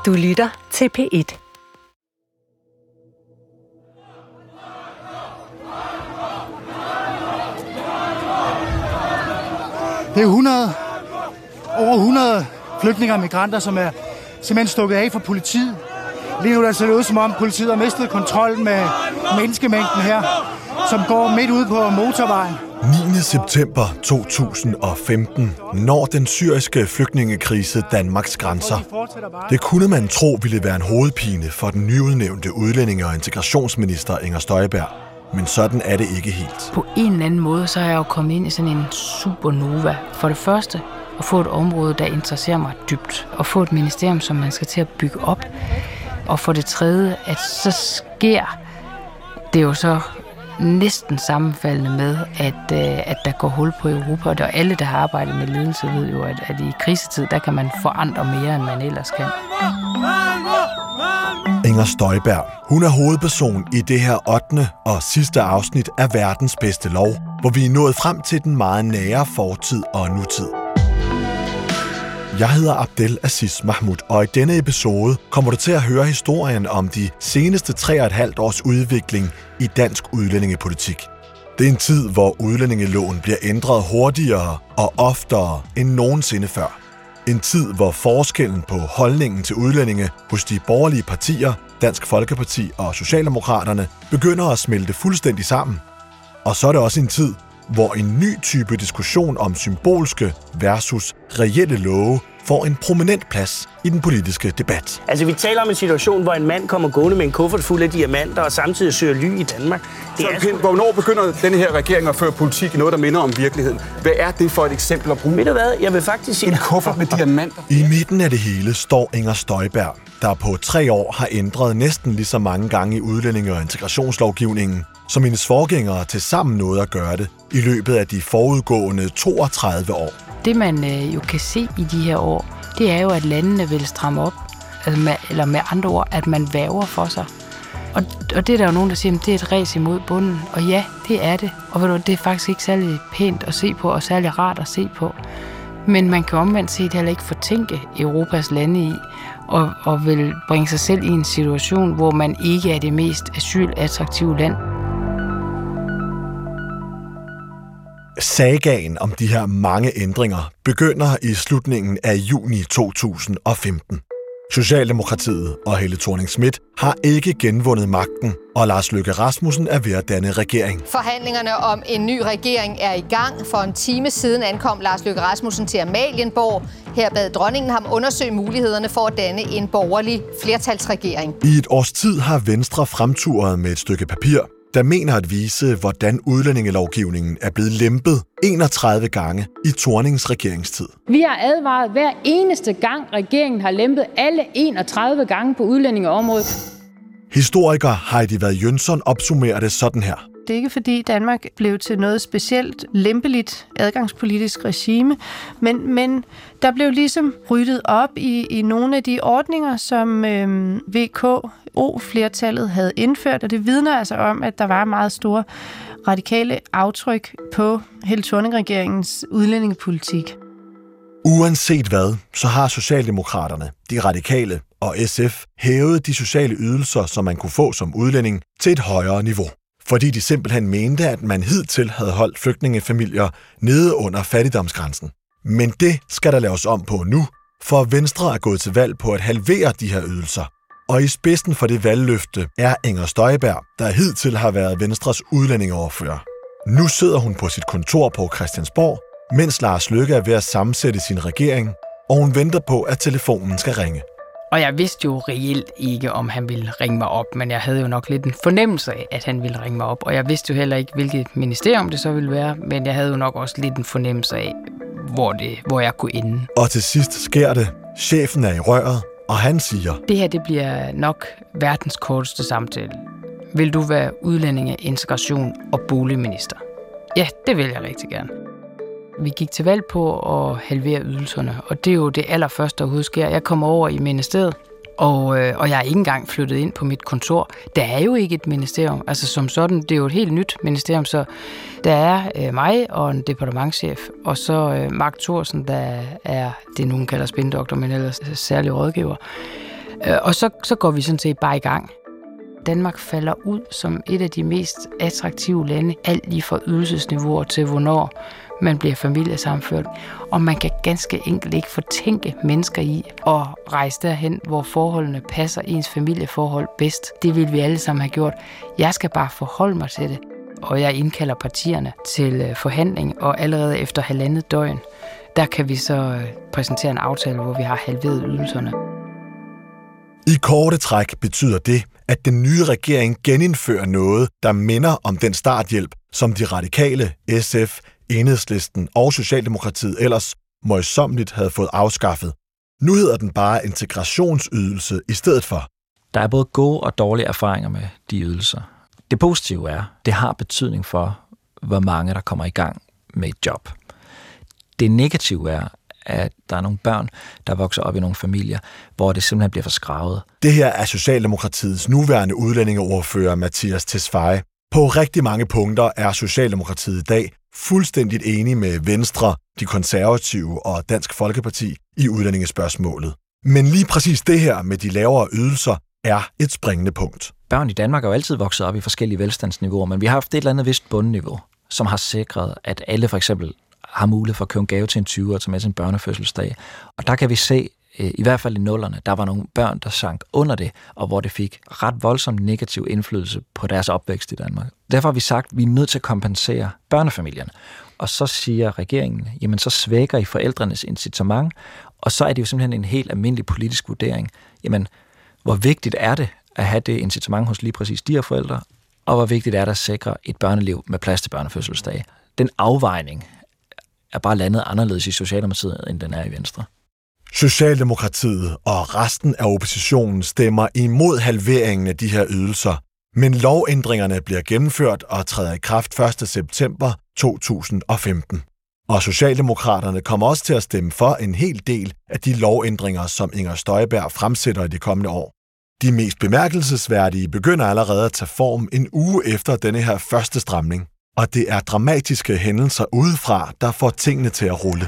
Du lytter til P1. Det er over 100 flygtninge og migranter, som er simpelthen stukket af fra politiet. Lige nu der ser det ud, som om politiet har mistet kontrollen med menneskemængden her, som går midt ude på motorvejen. 9. september 2015 når den syriske flygtningekrise Danmarks grænser. Det kunne man tro ville være en hovedpine for den nyudnævnte udlændinge- og integrationsminister Inger Støjberg. Men sådan er det ikke helt. På en eller anden måde, så er jeg jo kommet ind i sådan en supernova. For det første, at få et område, der interesserer mig dybt. Og få et ministerium, som man skal til at bygge op. Og for det tredje, at så sker det jo så næsten sammenfaldende med, at der går hul på Europa. Og alle, der har arbejdet med ledelse, ved jo, at i krisetid, der kan man forandre mere, end man ellers kan. Inger Støjberg, hun er hovedperson i det her 8. og sidste afsnit af Verdens bedste lov, hvor vi er nået frem til den meget nære fortid og nutid. Jeg hedder Abdel Aziz Mahmoud, og i denne episode kommer du til at høre historien om de seneste 3,5 års udvikling i dansk udlændingepolitik. Det er en tid, hvor udlændingeloven bliver ændret hurtigere og oftere end nogensinde før. En tid, hvor forskellen på holdningen til udlændinge hos de borgerlige partier, Dansk Folkeparti og Socialdemokraterne, begynder at smelte fuldstændig sammen. Og så er det også en tid, hvor en ny type diskussion om symbolske versus reelle love får en prominent plads i den politiske debat. Altså, vi taler om en situation, hvor en mand kommer gående med en kuffert fuld af diamanter og samtidig søger ly i Danmark. Hvornår begynder denne her regering at føre politik i noget, der minder om virkeligheden? Hvad er det for et eksempel at bruge? Ved du hvad? Jeg vil faktisk sige... En kuffert med diamanter? I midten af det hele står Inger Støjberg, der på 3 år har ændret næsten lige så mange gange i udlændinge- og integrationslovgivningen, som hendes forgængere til sammen nåede at gøre det i løbet af de forudgående 32 år. Det man jo kan se i de her år, det er jo, at landene vil stramme op. Eller med andre ord, at man værger for sig. Og det er der jo nogen, der siger, at det er et ræs imod bunden. Og ja, det er det. Og ved du, det er faktisk ikke særlig pænt at se på, og særlig rart at se på. Men man kan omvendt set heller ikke fortænke Europas lande i, og vil bringe sig selv i en situation, hvor man ikke er det mest asylattraktive land. Sagaen om de her mange ændringer begynder i slutningen af juni 2015. Socialdemokratiet og Helle Thorning-Schmidt har ikke genvundet magten, og Lars Løkke Rasmussen er ved at danne regering. Forhandlingerne om en ny regering er i gang. For en time siden ankom Lars Løkke Rasmussen til Amalienborg. Her bad dronningen ham undersøge mulighederne for at danne en borgerlig flertalsregering. I et års tid har Venstre fremturet med et stykke papir, der mener at vise, hvordan udlændingelovgivningen er blevet lempet 31 gange i Thornings regeringstid. Vi har advaret hver eneste gang, regeringen har lempet alle 31 gange på udlændingeområdet. Historiker Heidi Vad Jønsson opsummerer det sådan her. Det er ikke fordi Danmark blev til noget specielt lempeligt adgangspolitisk regime, men der blev ligesom ryddet op i nogle af de ordninger, som VKO-flertallet havde indført, og det vidner altså om, at der var meget store radikale aftryk på Helle Thorning-regeringens udlændingepolitik. Uanset hvad, så har Socialdemokraterne, de radikale og SF hævet de sociale ydelser, som man kunne få som udlænding, til et højere niveau. Fordi de simpelthen mente, at man hidtil havde holdt flygtningefamilier nede under fattigdomsgrænsen. Men det skal der laves om på nu, for Venstre er gået til valg på at halvere de her ydelser. Og i spidsen for det valgløfte er Inger Støjberg, der hidtil har været Venstres udlændingeordfører. Nu sidder hun på sit kontor på Christiansborg, mens Lars Løkke er ved at sammensætte sin regering, og hun venter på, at telefonen skal ringe. Og jeg vidste jo reelt ikke, om han ville ringe mig op, men jeg havde jo nok lidt en fornemmelse af, at han ville ringe mig op. Og jeg vidste jo heller ikke, hvilket ministerium det så ville være, men jeg havde jo nok også lidt en fornemmelse af, hvor jeg kunne ende. Og til sidst sker det. Chefen er i røret, og han siger: Det her, det bliver nok verdens korteste samtale. Vil du være udlændinge, integration og boligminister? Ja, det vil jeg rigtig gerne. Vi gik til valg på at halvere ydelserne, og det er jo det allerførste, der overhovedet sker. Jeg kommer over i ministeriet, og jeg er ikke engang flyttet ind på mit kontor. Der er jo ikke et ministerium. Altså som sådan, det er jo et helt nyt ministerium, så der er mig og en departementschef, og så Mark Thorsen, der er det, nogen kalder spindoktor, men ellers særlig rådgiver. Og så går vi sådan set bare i gang. Danmark falder ud som et af de mest attraktive lande, alt lige fra ydelsesniveauer til hvornår man bliver familiesammenført. Og man kan ganske enkelt ikke fortænke mennesker i at rejse derhen, hvor forholdene passer ens familieforhold bedst. Det vil vi alle sammen have gjort. Jeg skal bare forholde mig til det. Og jeg indkalder partierne til forhandling, og allerede efter 1,5 døgn, der kan vi så præsentere en aftale, hvor vi har halveret ydelserne. I korte træk betyder det, at den nye regering genindfører noget, der minder om den starthjælp, som de radikale, SF, Enhedslisten og Socialdemokratiet ellers møjsommeligt havde fået afskaffet. Nu hedder den bare integrationsydelse i stedet for. Der er både gode og dårlige erfaringer med de ydelser. Det positive er, det har betydning for, hvor mange der kommer i gang med et job. Det negative er, at der er nogle børn, der vokser op i nogle familier, hvor det simpelthen bliver forskravet. Det her er Socialdemokratiets nuværende udlændingeordfører Mattias Tesfaye. På rigtig mange punkter er Socialdemokratiet i dag fuldstændigt enige med Venstre, de konservative og Dansk Folkeparti i udlændingespørgsmålet. Men lige præcis det her med de lavere ydelser er et springende punkt. Børn i Danmark er jo altid vokset op i forskellige velstandsniveauer, men vi har haft et eller andet vist bundniveau, som har sikret, at alle for eksempel har mulighed for at købe en gave til en 20'er til med sin børnefødselsdag. Og der kan vi se, i hvert fald i 00'erne, der var nogle børn, der sank under det, og hvor det fik ret voldsom negativ indflydelse på deres opvækst i Danmark. Derfor har vi sagt, at vi er nødt til at kompensere børnefamilierne. Og så siger regeringen, jamen så svækker I forældrenes incitament, og så er det jo simpelthen en helt almindelig politisk vurdering. Jamen, hvor vigtigt er det at have det incitament hos lige præcis de her forældre, og hvor vigtigt er det at sikre et børneliv med plads til børnefødselsdage. Den afvejning er bare landet anderledes i Socialdemokratiet, end den er i Venstre. Socialdemokratiet og resten af oppositionen stemmer imod halveringen af de her ydelser, men lovændringerne bliver gennemført og træder i kraft 1. september 2015. Og Socialdemokraterne kommer også til at stemme for en hel del af de lovændringer, som Inger Støjberg fremsætter i de kommende år. De mest bemærkelsesværdige begynder allerede at tage form en uge efter denne her første stramning. Og det er dramatiske hændelser udefra, der får tingene til at rulle.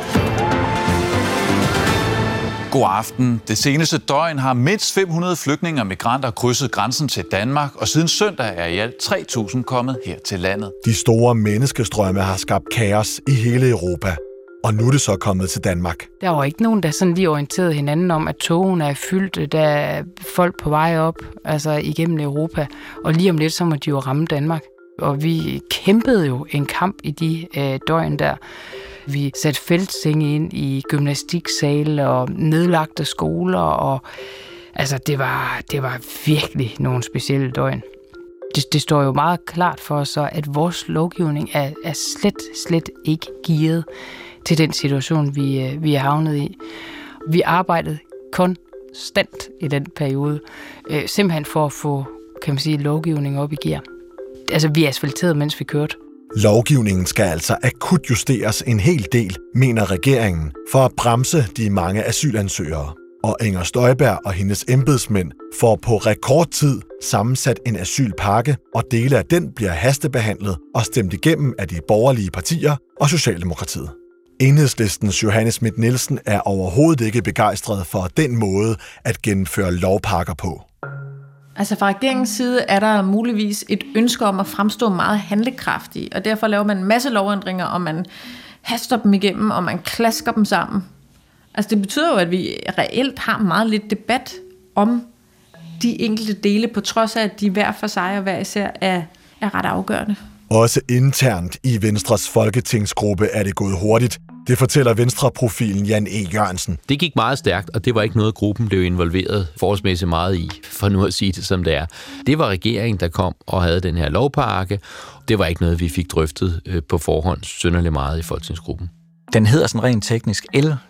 God aften. Det seneste døgn har mindst 500 flygtninge og migranter krydset grænsen til Danmark, og siden søndag er i alt 3.000 kommet her til landet. De store menneskestrømme har skabt kaos i hele Europa, og nu er det så kommet til Danmark. Der var ikke nogen, der sådan lige orienterede hinanden om, at togene er fyldt, der er folk på vej op, altså igennem Europa, og lige om lidt, så må de jo ramme Danmark. Og vi kæmpede jo en kamp i de døgn der. Vi satte feltsenge ind i gymnastiksale og nedlagte skoler, og altså det var virkelig nogle specielle døgn. Det står jo meget klart for os, at vores lovgivning er slet ikke gearet til den situation, vi er havnet i. Vi arbejdede konstant i den periode, simpelthen for at få, kan man sige, lovgivning op i gear. Altså, vi asfalterede, mens vi kørte. Lovgivningen skal altså akut justeres en hel del, mener regeringen, for at bremse de mange asylansøgere. Og Inger Støjberg og hendes embedsmænd får på rekordtid sammensat en asylpakke, og dele af den bliver hastebehandlet og stemt igennem af de borgerlige partier og Socialdemokratiet. Enhedslistens Johanne Schmidt-Nielsen er overhovedet ikke begejstret for den måde at gennemføre lovpakker på. Altså fra regeringens side er der muligvis et ønske om at fremstå meget handlekraftig, og derfor laver man en masse lovændringer, og man haster dem igennem, og man klasker dem sammen. Altså det betyder jo, at vi reelt har meget lidt debat om de enkelte dele, på trods af, at de hver for sig og hver især er ret afgørende. Også internt i Venstres folketingsgruppe er det gået hurtigt. Det fortæller Venstre-profilen Jan E. Jørgensen. Det gik meget stærkt, og det var ikke noget, gruppen blev involveret forholdsmæssigt meget i, for nu at sige det som det er. Det var regeringen, der kom og havde den her lovpakke. Det var ikke noget, vi fik drøftet på forhånd synderligt meget i folketingsgruppen. Den hedder sådan rent teknisk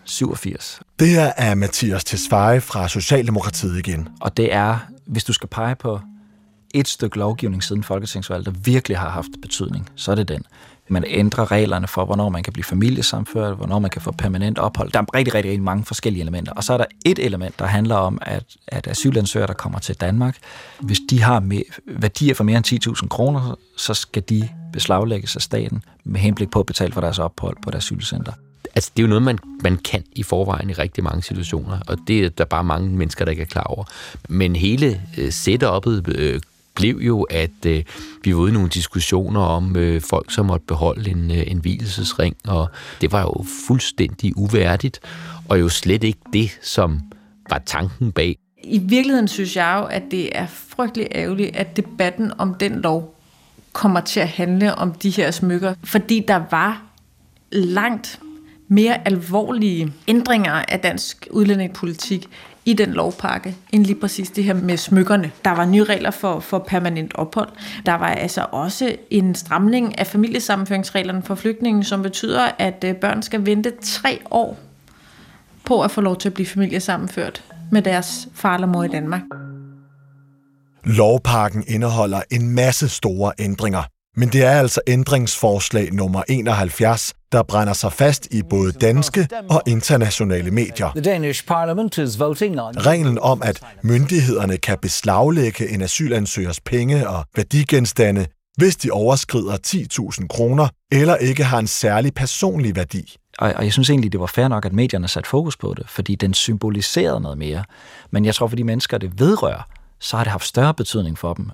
L87. Det her er Mattias Tesfaye fra Socialdemokratiet igen. Og det er, hvis du skal pege på et stykke lovgivning siden folketingsvalget, der virkelig har haft betydning, så er det den. Man ændrer reglerne for, hvornår man kan blive familiesammenført, hvornår man kan få permanent ophold. Der er rigtig mange forskellige elementer. Og så er der et element, der handler om, at asylansøgere, der kommer til Danmark, hvis de har værdier for mere end 10.000 kroner, så skal de beslaglægges af staten med henblik på at betale for deres ophold på et asylcenter. Altså, det er jo noget, man kan i forvejen i rigtig mange situationer, og det er der bare mange mennesker, der ikke er klar over. Men hele setup'et blev jo, at vi var ude i nogle diskussioner om folk, som måtte beholde en hvilesesring, og det var jo fuldstændig uværdigt, og jo slet ikke det, som var tanken bag. I virkeligheden synes jeg jo, at det er frygtelig ærgerligt, at debatten om den lov kommer til at handle om de her smykker, fordi der var langt mere alvorlige ændringer af dansk udlændingepolitik i den lovpakke, end lige præcis det her med smykkerne. Der var nye regler for permanent ophold. Der var altså også en stramning af familiesammenføringsreglerne for flygtninge, som betyder, at børn skal vente 3 år på at få lov til at blive familiesammenført med deres far eller mor i Danmark. Lovpakken indeholder en masse store ændringer, men det er altså ændringsforslag nummer 71, der brænder sig fast i både danske og internationale medier. Reglen om, at myndighederne kan beslaglægge en asylansøgers penge og værdigenstande, hvis de overskrider 10.000 kroner eller ikke har en særlig personlig værdi. Og jeg synes egentlig, det var fair nok, at medierne satte fokus på det, fordi den symboliserede noget mere. Men jeg tror, for de mennesker, det vedrører, så har det haft større betydning for dem,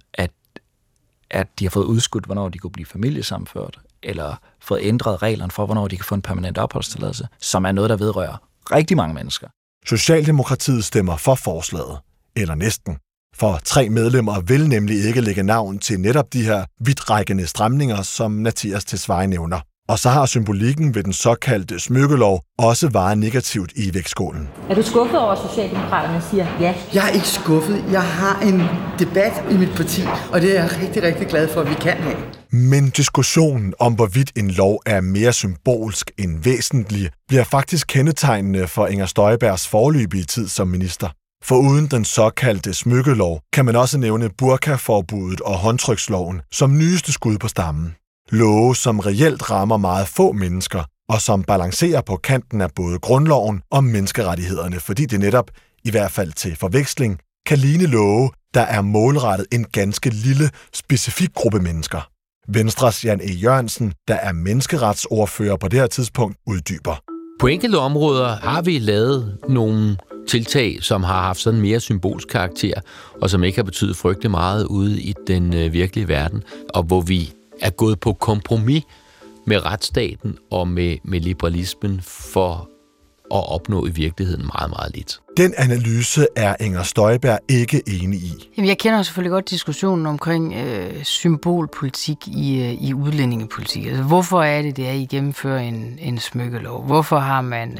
at de har fået udskudt, hvornår de kunne blive familiesammenført, eller fået ændret reglerne for, hvornår de kan få en permanent opholdstilladelse, som er noget, der vedrører rigtig mange mennesker. Socialdemokratiet stemmer for forslaget, eller næsten. For 3 medlemmer vil nemlig ikke lægge navn til netop de her vidtrækkende stramninger, som Mathias Tesfaye nævner. Og så har symbolikken ved den såkaldte smykkelov også varet negativt i vægtskålen. Er du skuffet over, at Socialdemokraterne siger ja? Jeg er ikke skuffet. Jeg har en debat i mit parti, og det er jeg rigtig, rigtig glad for, at vi kan have. Men diskussionen om, hvorvidt en lov er mere symbolsk end væsentlig, bliver faktisk kendetegnende for Inger Støjbergs foreløbige tid som minister. For uden den såkaldte smykkelov kan man også nævne burkaforbuddet og håndtryksloven som nyeste skud på stammen. Love, som reelt rammer meget få mennesker, og som balancerer på kanten af både grundloven og menneskerettighederne, fordi det netop, i hvert fald til forveksling, kan ligne love, der er målrettet en ganske lille, specifik gruppe mennesker. Venstres Jan E. Jørgensen, der er menneskeretsordfører på det her tidspunkt, uddyber. På enkelte områder har vi lavet nogle tiltag, som har haft sådan mere symbolsk karakter, og som ikke har betydet frygtelig meget ude i den virkelige verden, og hvor vi er gået på kompromis med retsstaten og med liberalismen for at opnå i virkeligheden meget, meget lidt. Den analyse er Inger Støjberg ikke enig i. Jamen, jeg kender selvfølgelig godt diskussionen omkring symbolpolitik i udlændingepolitik. Altså, hvorfor er det, at I gennemfører en smykkelov? Hvorfor har man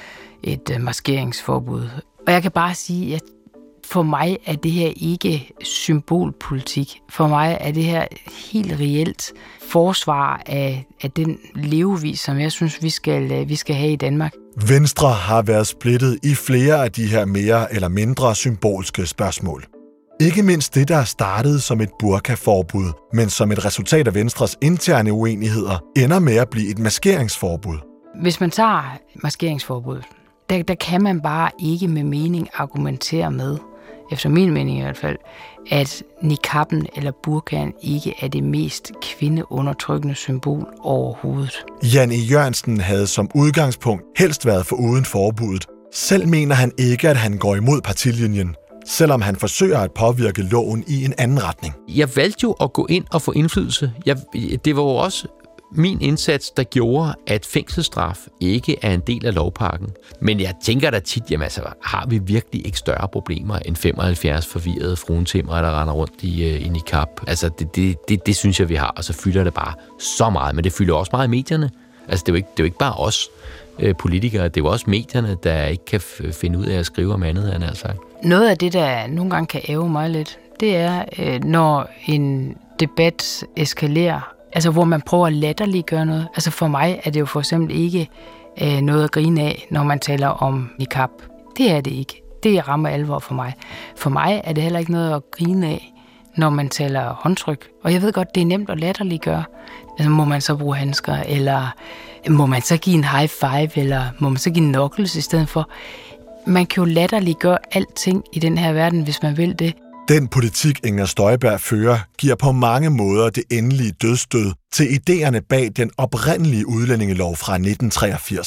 et maskeringsforbud? Og jeg kan bare sige, at for mig er det her ikke symbolpolitik. For mig er det her helt reelt forsvar af den levevis, som jeg synes, vi skal have i Danmark. Venstre har været splittet i flere af de her mere eller mindre symbolske spørgsmål. Ikke mindst det, der startede som et burkaforbud, men som et resultat af Venstres interne uenigheder, ender med at blive et maskeringsforbud. Hvis man tager maskeringsforbuddet, der kan man bare ikke med mening argumentere med, efter min mening i hvert fald, at niqabben eller burkaen ikke er det mest kvindeundertrykkende symbol overhovedet. Jan E. Jørgensen havde som udgangspunkt helst været foruden forbuddet. Selv mener han ikke, at han går imod partilinjen, selvom han forsøger at påvirke loven i en anden retning. Jeg valgte jo at gå ind og få indflydelse. Det var jo også min indsats, der gjorde, at fængselsstraf ikke er en del af lovpakken. Men jeg tænker da tit, jamen altså, har vi virkelig ikke større problemer end 75 forvirrede fruentimre, der render rundt i niqab? Altså, det synes jeg, vi har, og så fylder det bare så meget. Men det fylder også meget i medierne. Altså, det er jo ikke bare os politikere, det er jo også medierne, der ikke kan finde ud af at skrive om andet, han har sagt. Noget af det, der nogle gange kan ærge mig lidt, det er, når en debat eskalerer, altså hvor man prøver at latterliggøre noget. Altså for mig er det jo for eksempel ikke noget at grine af, når man taler om niqab. Det er det ikke. Det rammer alvor for mig. For mig er det heller ikke noget at grine af, når man taler håndtryk. Og jeg ved godt, det er nemt at latterliggøre. Altså må man så bruge handsker, eller må man så give en high five, eller må man så give en knuckles i stedet for. Man kan jo latterliggøre alting i den her verden, hvis man vil det. Den politik, Inger Støjberg fører, giver på mange måder det endelige dødsstød til idéerne bag den oprindelige udlændingelov fra 1983.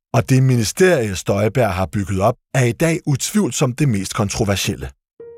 Og det ministerie Støjberg har bygget op, er i dag utvivlsomt det mest kontroversielle.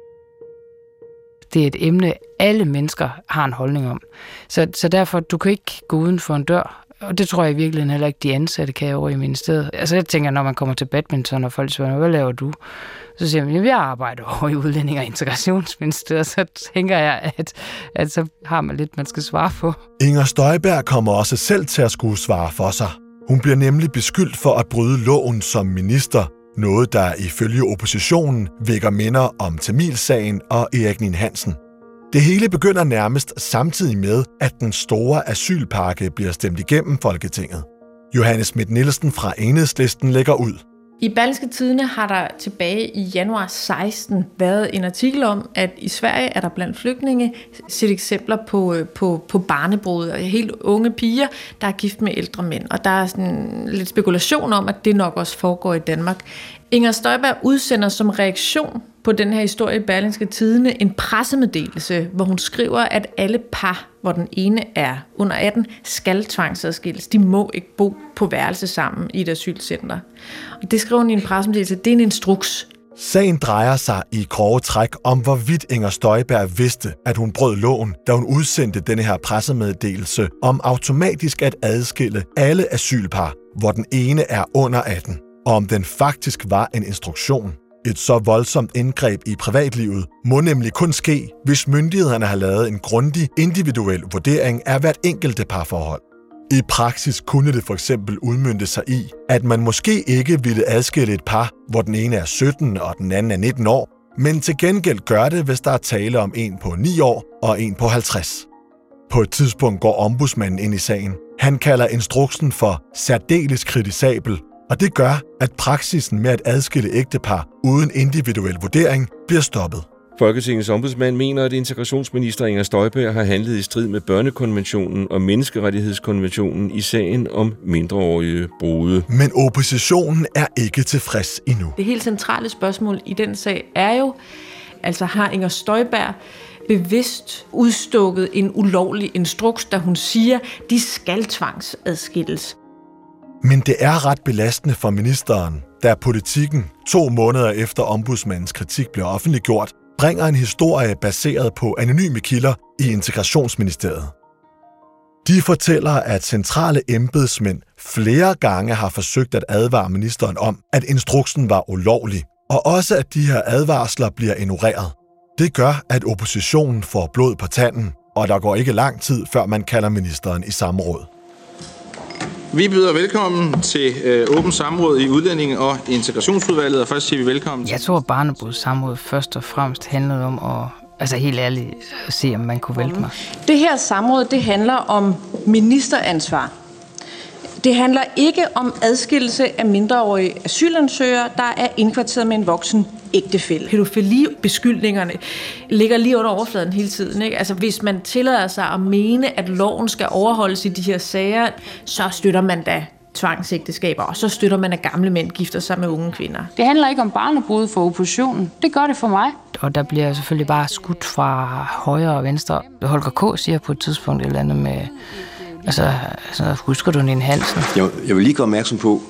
Det er et emne, alle mennesker har en holdning om. Så derfor, du kan ikke gå uden for en dør. Og det tror jeg i virkeligheden heller ikke, de ansatte kan over i ministeriet. Altså jeg tænker, når man kommer til badminton, og folk spørger, hvad laver du? Så siger man, jeg arbejder over i Udlænding- og Integrationsministeriet. Så tænker jeg, at så har man lidt, man skal svare på. Inger Støjberg kommer også selv til at skulle svare for sig. Hun bliver nemlig beskyldt for at bryde loven som minister. Noget, der ifølge oppositionen vækker minder om Tamilsagen og Erik Ninn-Hansen. Det hele begynder nærmest samtidig med, at den store asylpakke bliver stemt igennem Folketinget. Johanne Schmidt-Nielsen fra Enhedslisten lægger ud. I Berlingske Tidende har der tilbage i januar 16 været en artikel om, at i Sverige er der blandt flygtninge set eksempler på barnebrud og helt unge piger, der er gift med ældre mænd. Og der er sådan lidt spekulation om, at det nok også foregår i Danmark. Inger Støjberg udsender som reaktion på den her historie i Berlingske Tidende en pressemeddelelse, hvor hun skriver, at alle par, hvor den ene er under 18, skal tvangsadskilles. De må ikke bo på værelse sammen i et asylcenter. Og det skriver hun i en pressemeddelelse. Det er en instruks. Sagen drejer sig i grove træk om, hvorvidt Inger Støjberg vidste, at hun brød loven, da hun udsendte denne her pressemeddelelse om automatisk at adskille alle asylpar, hvor den ene er under 18, og om den faktisk var en instruktion. Et så voldsomt indgreb i privatlivet må nemlig kun ske, hvis myndighederne har lavet en grundig, individuel vurdering af hvert enkelte parforhold. I praksis kunne det for eksempel udmønte sig i, at man måske ikke ville adskille et par, hvor den ene er 17 og den anden er 19 år, men til gengæld gør det, hvis der er tale om en på 9 år og en på 50. På et tidspunkt går ombudsmanden ind i sagen. Han kalder instruksen for særdeles kritisabel, og det gør, at praksisen med at adskille ægtepar uden individuel vurdering bliver stoppet. Folketingets ombudsmand mener, at integrationsminister Inger Støjberg har handlet i strid med børnekonventionen og menneskerettighedskonventionen i sagen om mindreårige brude. Men oppositionen er ikke tilfreds endnu. Det helt centrale spørgsmål i den sag er jo, altså har Inger Støjberg bevidst udstukket en ulovlig instruks, da hun siger, de skal tvangsadskilles. Men det er ret belastende for ministeren, da Politikken 2 måneder efter ombudsmandens kritik blev offentliggjort, bringer en historie baseret på anonyme kilder i Integrationsministeriet. De fortæller, at centrale embedsmænd flere gange har forsøgt at advare ministeren om, at instruksen var ulovlig, og også at de her advarsler bliver ignoreret. Det gør, at oppositionen får blod på tanden, og der går ikke lang tid, før man kalder ministeren i samråd. Vi byder velkommen til åbent samråd i Udlændinge- og Integrationsudvalget, og først siger vi velkommen. Jeg tror, at barnebrudssamrådet først og fremmest handlede om helt ærligt at se, om man kunne vælte mig. Det her samråd, det handler om ministeransvar. Det handler ikke om adskillelse af mindreårige asylansøgere, der er indkvarteret med en voksen ægtefælle. Pædofili-beskyldningerne ligger lige under overfladen hele tiden, ikke? Altså, hvis man tillader sig at mene, at loven skal overholdes i de her sager, så støtter man da tvangsægteskaber, og så støtter man, at gamle mænd gifter sig med unge kvinder. Det handler ikke om barnebrud for oppositionen. Det gør det for mig. Og der bliver selvfølgelig bare skudt fra højre og venstre. Holger K. siger på et tidspunkt et eller andet med, altså husker du Ninn-Hansen? Jeg vil lige gøre opmærksom på,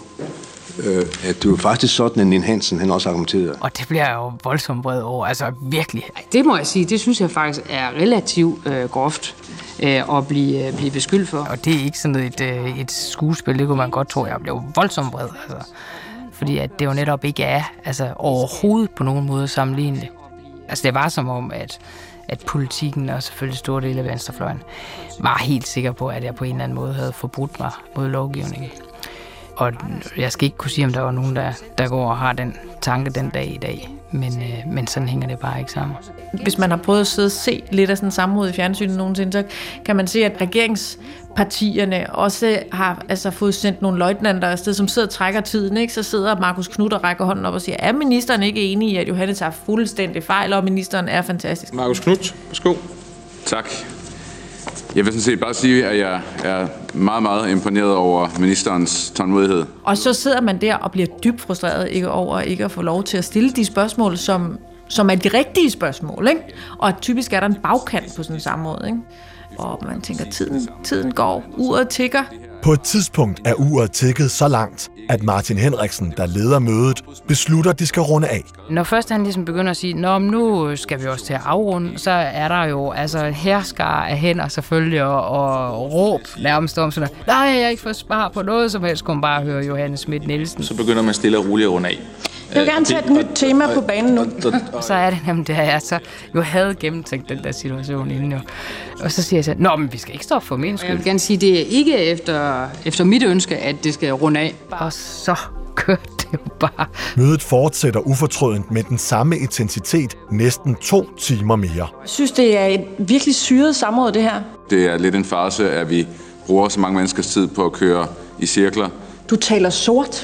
at det var faktisk sådan, at Ninn-Hansen han også argumenterede. Og det bliver jo voldsomt vred over, altså virkelig. Det må jeg sige, det synes jeg faktisk er relativt groft at blive beskyldt for. Og det er ikke sådan et skuespil, det kunne man godt tro, jeg blev voldsomt vred. Altså, fordi at det jo netop ikke er overhovedet på nogen måde sammenligneligt. Altså det var som om, at Politikken og selvfølgelig store dele af venstrefløjen var helt sikker på, at jeg på en eller anden måde havde forbrudt mig mod lovgivningen. Og jeg skal ikke kunne sige, om der var nogen, der går og har den tanke den dag i dag. Men sådan hænger det bare ikke sammen. Hvis man har prøvet at sidde og se lidt af sådan en samråd i fjernsynet nogensinde, så kan man se, at regeringspartierne også har fået sendt nogle løjtnanter afsted, som sidder og trækker tiden. Ikke? Så sidder Markus Knudt og rækker hånden op og siger, er ministeren ikke enig i, at Johanne tager fuldstændig fejl, og ministeren er fantastisk? Markus Knudt, værsgo. Tak. Jeg vil sådan set bare sige, at jeg er meget, meget imponeret over ministerens tålmodighed. Og så sidder man der og bliver dybt frustreret over ikke at få lov til at stille de spørgsmål, som er de rigtige spørgsmål. Ikke? Og typisk er der en bagkant på sådan en samråd. Ikke? Og man tænker, tiden går, uret tikker. På et tidspunkt er uret tikket så langt, at Martin Henriksen, der leder mødet, beslutter, at de skal runde af. Når først han ligesom begynder at sige, nå, nu skal vi også til at afrunde, så er der jo altså en herskar af hænder selvfølgelig, og råb nærmest om sådan, nej, jeg har ikke fået svar på noget som helst, kunne bare høre Johannes Schmidt Nielsen. Så begynder man stille og roligt at runde af. Jeg vil gerne tage et nyt tema på banen nu. Så er det nemlig det, jeg så jo havde gennemtænkt den der situation inden jo. Og så siger jeg så, nå, men vi skal ikke stoppe for min skyld. Jeg vil gerne sige, det er ikke efter mit ønske, at det skal runde af. Og så kørte det jo bare. Mødet fortsætter ufortrødent med den samme intensitet næsten 2 timer mere. Jeg synes, det er et virkelig syret samråd, det her. Det er lidt en farce, at vi bruger så mange menneskers tid på at køre i cirkler. Du taler sort,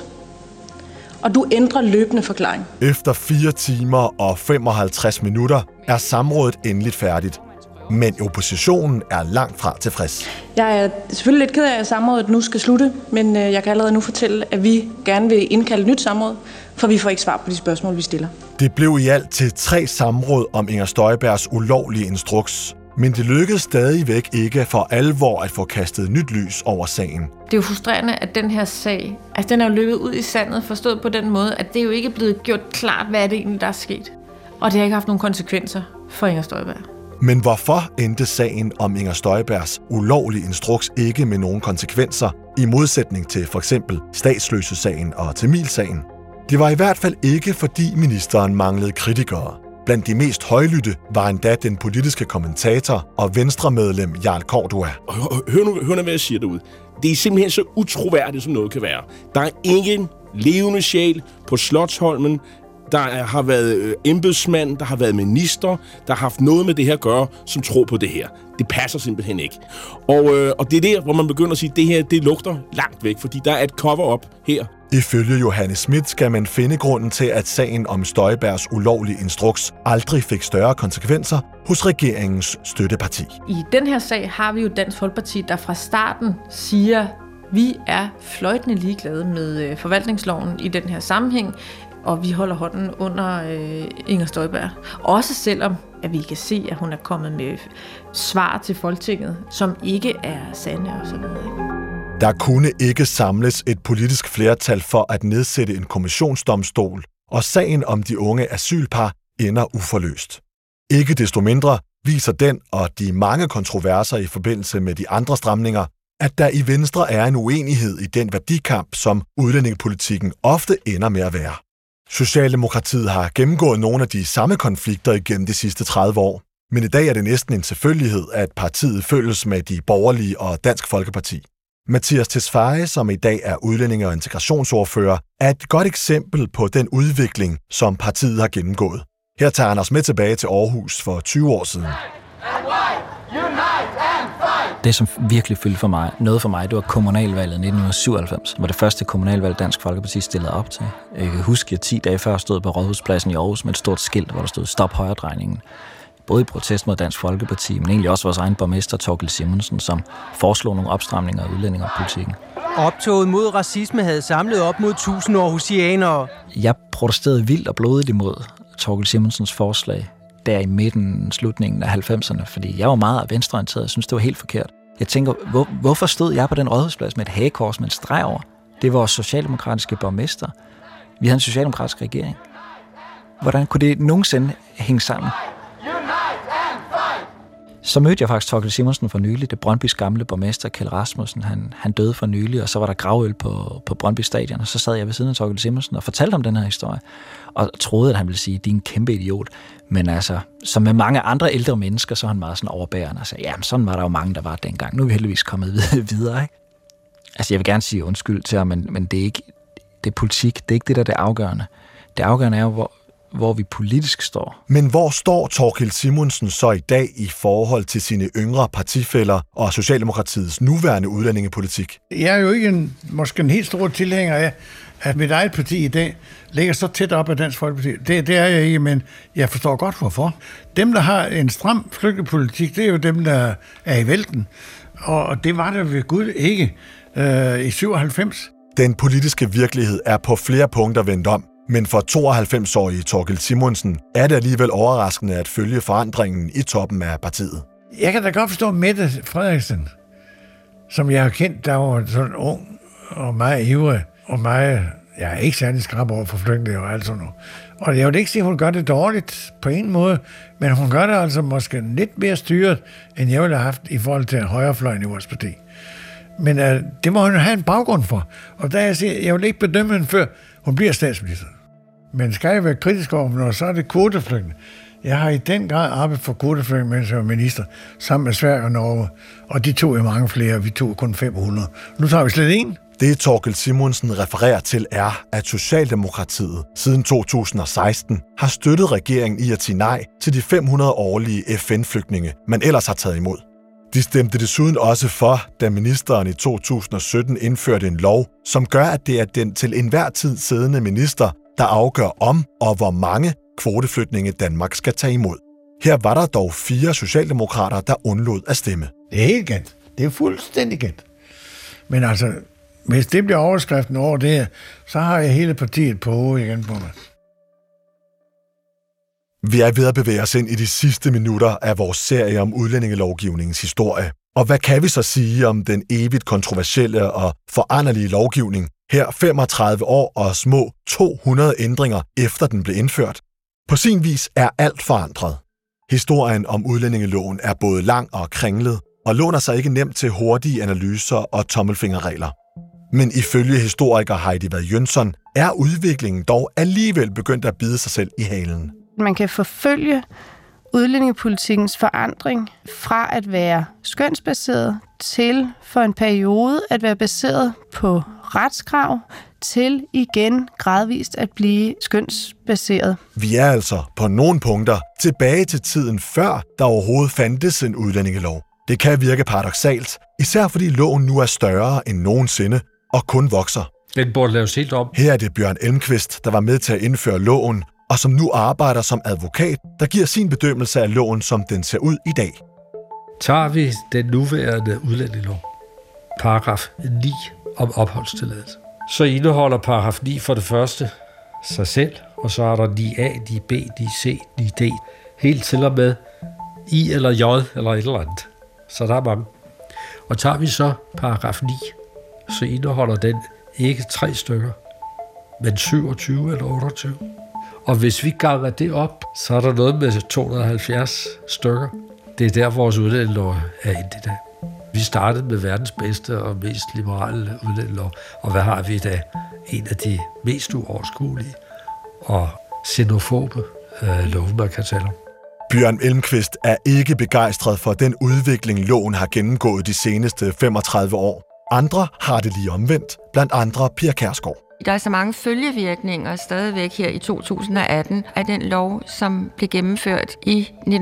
og du ændrer løbende forklaring. Efter 4 timer og 55 minutter er samrådet endeligt færdigt. Men oppositionen er langt fra tilfreds. Jeg er selvfølgelig lidt ked af, at samrådet nu skal slutte, men jeg kan allerede nu fortælle, at vi gerne vil indkalde et nyt samråd, for vi får ikke svar på de spørgsmål, vi stiller. Det blev i alt til 3 samråd om Inger Støjbergs ulovlige instruks. Men det lykkedes stadigvæk ikke for alvor at få kastet nyt lys over sagen. Det er jo frustrerende, at den her sag, altså den er jo løbet ud i sandet, forstået på den måde, at det er jo ikke blevet gjort klart, hvad er det egentlig, der er sket. Og det har ikke haft nogen konsekvenser for Inger Støjberg. Men hvorfor endte sagen om Inger Støjbergs ulovlige instruks ikke med nogen konsekvenser, i modsætning til for eksempel statsløsesagen og Tamilsagen? Det var i hvert fald ikke, fordi ministeren manglede kritikere. Blandt de mest højlytte var endda den politiske kommentator og venstremedlem Jarl Cordua. Hør nu, hvad jeg siger derude. Det er simpelthen så utroværdigt, som noget kan være. Der er ingen levende sjæl på Slotsholmen. Der har været embedsmand, der har været minister, der har haft noget med det her at gøre, som tror på det her. Det passer simpelthen ikke. Og det er der, hvor man begynder at sige, at det her det lugter langt væk, fordi der er et cover-up her. Ifølge Johannes Schmidt skal man finde grunden til, at sagen om Støjbergs ulovlige instruks aldrig fik større konsekvenser hos regeringens støtteparti. I den her sag har vi jo Dansk Folkeparti, der fra starten siger, vi er fløjtende ligeglade med forvaltningsloven i den her sammenhæng, og vi holder hånden under Inger Støjberg. Også selvom at vi kan se, at hun er kommet med svar til Folketinget, som ikke er sande og så videre. Der kunne ikke samles et politisk flertal for at nedsætte en kommissionsdomstol, og sagen om de unge asylpar ender uforløst. Ikke desto mindre viser den og de mange kontroverser i forbindelse med de andre stramninger, at der i Venstre er en uenighed i den værdikamp, som udlændingepolitikken ofte ender med at være. Socialdemokratiet har gennemgået nogle af de samme konflikter igennem de sidste 30 år, men i dag er det næsten en selvfølgelighed, at partiet følges med de borgerlige og Dansk Folkeparti. Mathias Tesfaye, som i dag er udlændinge- og integrationsordfører, er et godt eksempel på den udvikling, som partiet har gennemgået. Her tager han os med tilbage til Aarhus for 20 år siden. Det, som virkelig fyldte for mig, det var kommunalvalget 1997, hvor det første kommunalvalg Dansk Folkeparti stillede op til. Jeg kan huske, at jeg 10 dage før stod på Rådhuspladsen i Aarhus med et stort skilt, hvor der stod stop højredrejningen. Både i protest mod Dansk Folkeparti, men egentlig også vores egen borgmester, Thorkild Simonsen, som foreslog nogle opstramninger af udlændingepolitikken. Optoget mod racisme havde samlet op mod 1000 aarhusianere. Jeg protesterede vildt og blodigt imod Thorkild Simonsens forslag der i midten, slutningen af 90'erne, fordi jeg var meget venstreorienteret, jeg synes, det var helt forkert. Jeg tænker, hvorfor stod jeg på den rådhusplads med et hagekors med en streg over? Det var vores socialdemokratiske borgmester. Vi havde en socialdemokratisk regering. Hvordan kunne det nogensinde hænge sammen? Så mødte jeg faktisk Thorkild Simonsen for nylig, det Brøndbys gamle borgmester, Kjeld Rasmussen. Han døde for nylig, og så var der gravøl på Brøndby Stadion, og så sad jeg ved siden af Thorkild Simonsen og fortalte om den her historie, og troede, at han ville sige, at de er en kæmpe idiot. Men altså, som med mange andre ældre mennesker, så er han meget sådan overbærende og sagde, jamen sådan var der jo mange, der var dengang. Nu er vi heldigvis kommet videre, ikke? Altså, jeg vil gerne sige undskyld til ham, men det er ikke det er politik, det er ikke det, der er det afgørende. Det afgørende er jo, hvor vi politisk står. Men hvor står Thorkild Simonsen så i dag i forhold til sine yngre partifæller og Socialdemokratiets nuværende udlændingepolitik? Jeg er jo ikke måske en helt stor tilhænger af, at mit eget parti i dag ligger så tæt op af Dansk Folkeparti. Det er jeg ikke, men jeg forstår godt hvorfor. Dem, der har en stram flygtningepolitik, det er jo dem, der er i vælten. Og det var der ved Gud ikke i 97. Den politiske virkelighed er på flere punkter vendt om. Men for 92-årige Thorkild Simonsen er det alligevel overraskende at følge forandringen i toppen af partiet. Jeg kan da godt forstå Mette Frederiksen, som jeg har kendt, der var sådan ung og meget ivrig og mig, jeg er ikke særlig skrab over for flygtninge og alt sådan noget. Og jeg vil ikke sige, at hun gør det dårligt på en måde, men hun gør det altså måske lidt mere styret, end jeg ville have haft i forhold til højrefløjen i vores parti. Men det må hun have en baggrund for. Og der jeg siger, jeg vil ikke bedømme hende, før hun bliver statsminister. Men skal jeg være kritisk over, når så er det kvoteflygtninge. Jeg har i den grad arbejdet for kvoteflygtninge, mens jeg var minister, sammen med Sverige og Norge. Og de tog jo mange flere, vi tog kun 500. Nu tager vi slet en. Det Thorkild Simonsen refererer til er, at Socialdemokratiet siden 2016 har støttet regeringen i at sige nej til de 500 årlige FN-flygtninge, man ellers har taget imod. De stemte desuden også for, da ministeren i 2017 indførte en lov, som gør, at det er den til enhver tid siddende minister, der afgør om og hvor mange kvoteflygtninge Danmark skal tage imod. Her var der dog 4 socialdemokrater, der undlod at stemme. Det er helt galt. Det er fuldstændig galt. Men altså, hvis det bliver overskriften over det her, så har jeg hele partiet på hovedet igen på mig. Vi er ved at bevæge os ind i de sidste minutter af vores serie om udlændingelovgivningens historie. Og hvad kan vi så sige om den evigt kontroversielle og foranderlige lovgivning, her 35 år og små 200 ændringer efter den blev indført? På sin vis er alt forandret. Historien om udlændingeloven er både lang og kringlet, og låner sig ikke nemt til hurtige analyser og tommelfingerregler. Men ifølge historiker Heidi Vad Jønsson er udviklingen dog alligevel begyndt at bide sig selv i halen. Man kan forfølge udlændingepolitikkens forandring fra at være skønsbaseret til for en periode at være baseret på retskrav til igen gradvist at blive skønsbaseret. Vi er altså på nogle punkter tilbage til tiden før der overhovedet fandtes en udlændingelov. Det kan virke paradoksalt, især fordi loven nu er større end nogensinde og kun vokser. Den burde laves helt om. Her er det Bjørn Elmquist, der var med til at indføre loven, og som nu arbejder som advokat, der giver sin bedømmelse af loven, som den ser ud i dag. Tager vi den nuværende udlændingelov, paragraf 9 om opholdstilladelse, så indeholder paragraf 9 for det første sig selv, og så er der 9a, 9b, 9c, 9d, helt til og med I eller J eller et eller andet. Så der er mange. Og tager vi så paragraf 9, så indeholder den ikke 3 stykker, men 27 eller 28. Og hvis vi ganger det op, så er der noget med 270 stykker. Det er der, vores udlændingelov er endt i dag. Vi startede med verdens bedste og mest liberale udlændingelov, og hvad har vi i dag? En af de mest uoverskuelige og xenofobe love, man kan tale om. Bjørn Elmquist er ikke begejstret for den udvikling, loven har gennemgået de seneste 35 år. Andre har det lige omvendt, blandt andre Pia Kjærsgaard. Der er så mange følgevirkninger stadigvæk her i 2018 af den lov, som blev gennemført i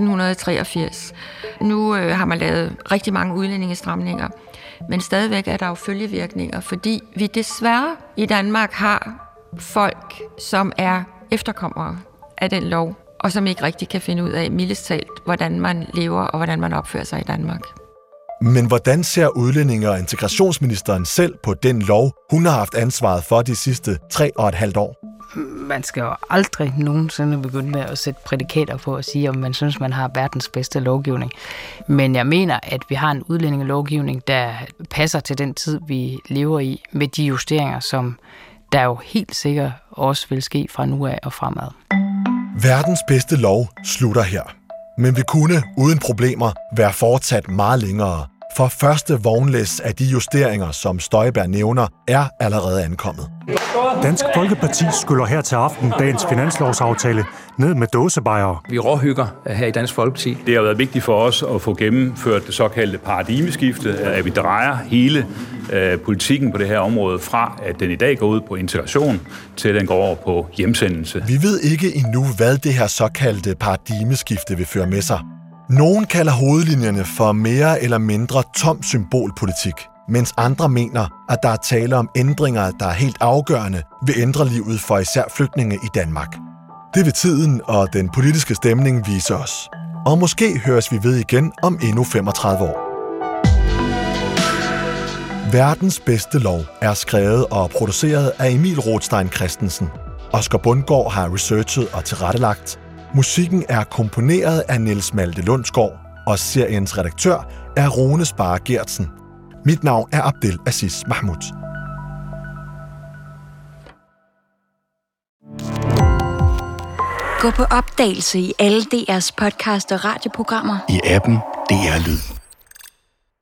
1983. Nu har man lavet rigtig mange udlændingestramninger, men stadigvæk er der jo følgevirkninger, fordi vi desværre i Danmark har folk, som er efterkommere af den lov, og som ikke rigtig kan finde ud af, mildest talt, hvordan man lever og hvordan man opfører sig i Danmark. Men hvordan ser udlændinge- og integrationsministeren selv på den lov, hun har haft ansvaret for de sidste 3,5 år? Man skal jo aldrig nogensinde begynde med at sætte prædikater på at sige, om man synes, man har verdens bedste lovgivning. Men jeg mener, at vi har en udlændingelovgivning, der passer til den tid, vi lever i, med de justeringer, som der jo helt sikkert også vil ske fra nu af og fremad. Verdens bedste lov slutter her. Men vi kunne uden problemer være fortsat meget længere, for første vognlæs af de justeringer, som Støjberg nævner, er allerede ankommet. Dansk Folkeparti skyller her til aften dagens finanslovsaftale ned med dåsebajere. Vi råhygger her i Dansk Folkeparti. Det har været vigtigt for os at få gennemført det såkaldte paradigmeskifte, at vi drejer hele politikken på det her område fra, at den i dag går ud på integration, til at den går over på hjemsendelse. Vi ved ikke endnu, hvad det her såkaldte paradigmeskifte vil føre med sig. Nogen kalder hovedlinjerne for mere eller mindre tom symbolpolitik, mens andre mener, at der er tale om ændringer, der er helt afgørende vil ændre livet for især flygtninge i Danmark. Det vil tiden og den politiske stemning vise os. Og måske høres vi ved igen om endnu 35 år. Verdens bedste lov er skrevet og produceret af Emil Rothstein Christensen. Oscar Bundgaard har researchet og tilrettelagt. Musikken er komponeret af Niels Malte Lundsgaard, og seriens redaktør er Rune Sparre Gertsen. Mit navn er Abdel Aziz Mahmoud. Gå på opdagelse i alle DR's podcast og radioprogrammer. I appen DR Lyd.